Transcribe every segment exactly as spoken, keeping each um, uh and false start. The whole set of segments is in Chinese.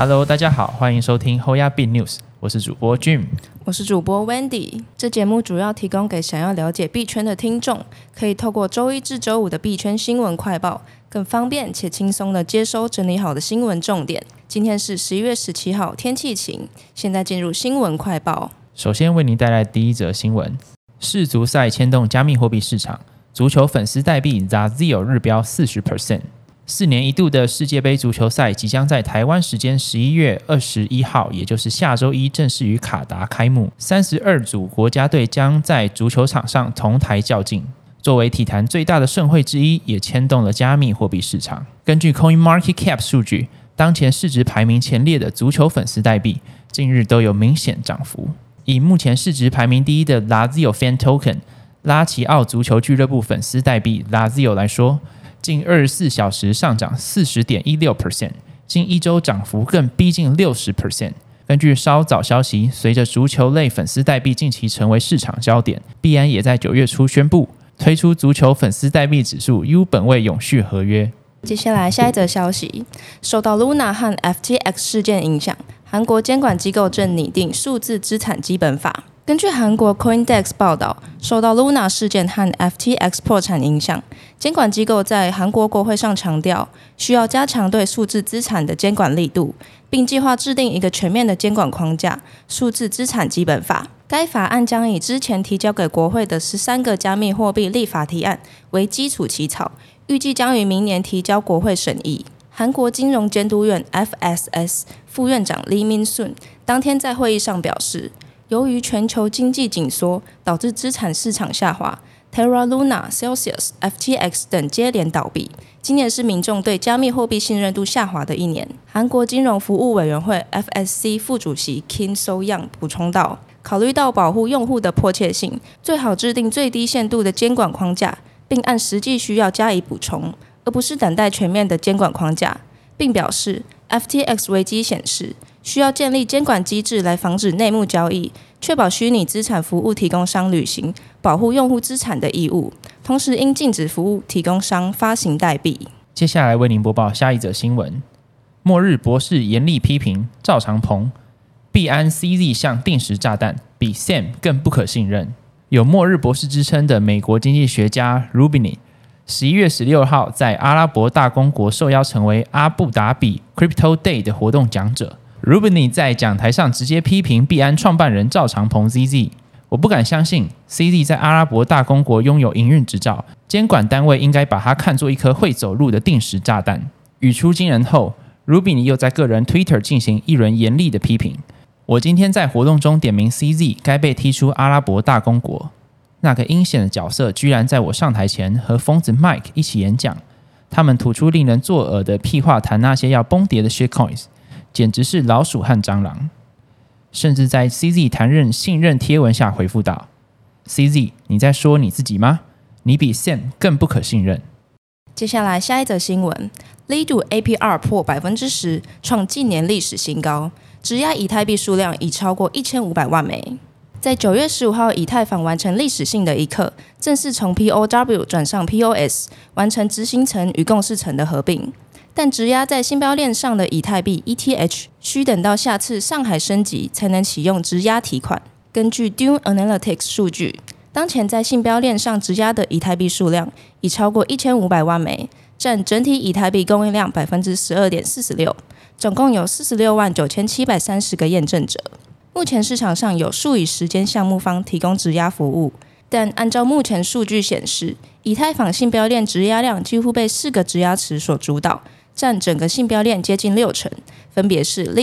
Hello， 大家好，欢迎收听 Hoya Bit News， 我是主播 Jim， 我是主播 Wendy。这节目主要提供给想要了解币圈的听众，可以透过周一至周五的币圈新闻快报，更方便且轻松的接收整理好的新闻重点。今天是十一月十七号，天气晴。现在进入新闻快报。 首先为您带来第一则新闻：世足赛牵动加密货币市场，足球粉丝代币 Z A Z I O 日飙 百分之四十。四年一度的世界杯足球赛即将在台湾时间十一月二十一号，也就是下周一正式于卡达开幕。三十二组国家队将在足球场上同台较劲。作为体坛最大的盛会之一，也牵动了加密货币市场。根据 CoinMarketCap 数据，当前市值排名前列的足球粉丝代币近日都有明显涨幅。以目前市值排名第一的 Lazio Fan Token 拉齐奥足球俱乐部粉丝代币 Lazio 来说，近二十四小时上涨 百分之四十点一六， 近一周涨幅更逼近 百分之六十。 根据稍早消息，随着足球类粉丝代币近期成为市场焦点，币安也在九月初宣布推出足球粉丝代币指数 U 本位永续合约。 接下来下一则消息，受到 Luna 和 F T X 事件影响，韩国监管机构正拟定数字资产基本法。根据韩国 CoinDesk 报道，受到 Luna 事件和 F T X 破产影响，监管机构在韩国国会上强调，需要加强对数字资产的监管力度，并计划制定一个全面的监管框架——数字资产基本法。该法案将以之前提交给国会的十三个加密货币立法提案为基础起草，预计将于明年提交国会审议。韩国金融监督院 F S S 副院长 Lee Min-sun 当天在会议上表示，由于全球经济紧缩导致资产市场下滑， Terra Luna、Celsius、F T X 等接连倒闭。今年是民众对加密货币信任度下滑的一年。韩国金融服务委员会 F S C 副主席 Kim So-young 补充道，考虑到保护用户的迫切性，最好制定最低限度的监管框架，并按实际需要加以补充，而不是等待全面的监管框架。并表示 F T X 危机显示，需要建立监管机制来防止内幕交易，确保虚拟资产服务提供商履行保护用户资产的义务，同时应禁止服务提供商发行代币。 接下来为您播报下一则新闻：末日博士严厉批评赵长鹏，币安 C Z 像定时炸弹，比 Sam 更不可信任。有末日博士之称的美国经济学家 Rubini十一月十六号在阿拉伯大公国受邀成为阿布达比 Crypto Day 的活动讲者。Rubini 在讲台上直接批评币安创办人赵长鹏 Z Z， 我不敢相信 C Z 在阿拉伯大公国拥有营运执照，监管单位应该把它看作一颗会走路的定时炸弹。语出惊人后， Rubini 又在个人 Twitter 进行一轮严厉的批评。我今天在活动中点名 C Z 该被踢出阿拉伯大公国，那个阴险的角色居然在我上台前和疯子 Mike 一起演讲，他们吐出令人作呕的屁话，谈那些要崩跌的 shitcoins， 简直是老鼠和蟑螂。甚至在 C Z 谈任信任贴文下回复道， C Z 你在说你自己吗？你比 Sam 更不可信任。 接下来下一则新闻， Lido A P R 破 百分之十， 创近年历史新高，质押以太币数量已超过一千五百万枚。在九月十五号，以太坊完成历史性的一刻，正式从 P O W 转上 P O S， 完成执行层与共识层的合并。但质押在信标链上的以太币 E T H 需等到下次上海升级才能启用质押提款。根据 Dune Analytics 数据，当前在信标链上质押的以太币数量已超过一千五百万枚，占整体以太币供应量 百分之十二点四六， 总共有四十六万九千七百三十个验证者。目前市场上有数以十间项目方提供质押服务，但按照目前数据显示，以太坊信标链质押量几乎被四个质押池所主导，占整个信标链接近六成，分别是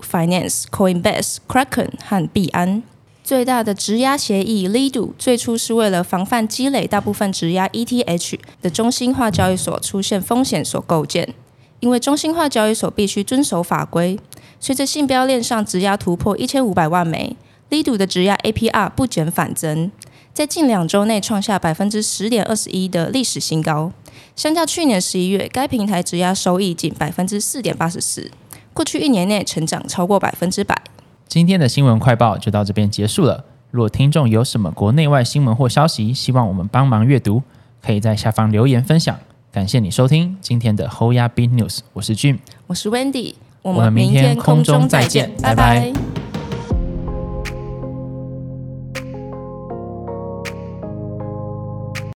Lido、Finance、Coinbase、Kraken 和币安。最大的质押协议 Lido 最初是为了防范积累大部分质押 E T H 的中心化交易所出现风险所构建，因为中心化交易所必须遵守法规。随着信标链上质押突破一千五百万枚， Lido 的质押 A P R 不减反增，在近两周内创下 百分之十点二一 的历史新高。相较去年十一月，该平台质押收益仅 百分之四点八四， 过去一年内成长超过百分之百。 今天的新闻快报就到这边结束了。如果听众有什么国内外新闻或消息，希望我们帮忙阅读，可以在下方留言分享。感谢你收听今天的 Hoya Bit News， 我是 Jim， 我是 Wendy。 我们明天空中再见，拜拜。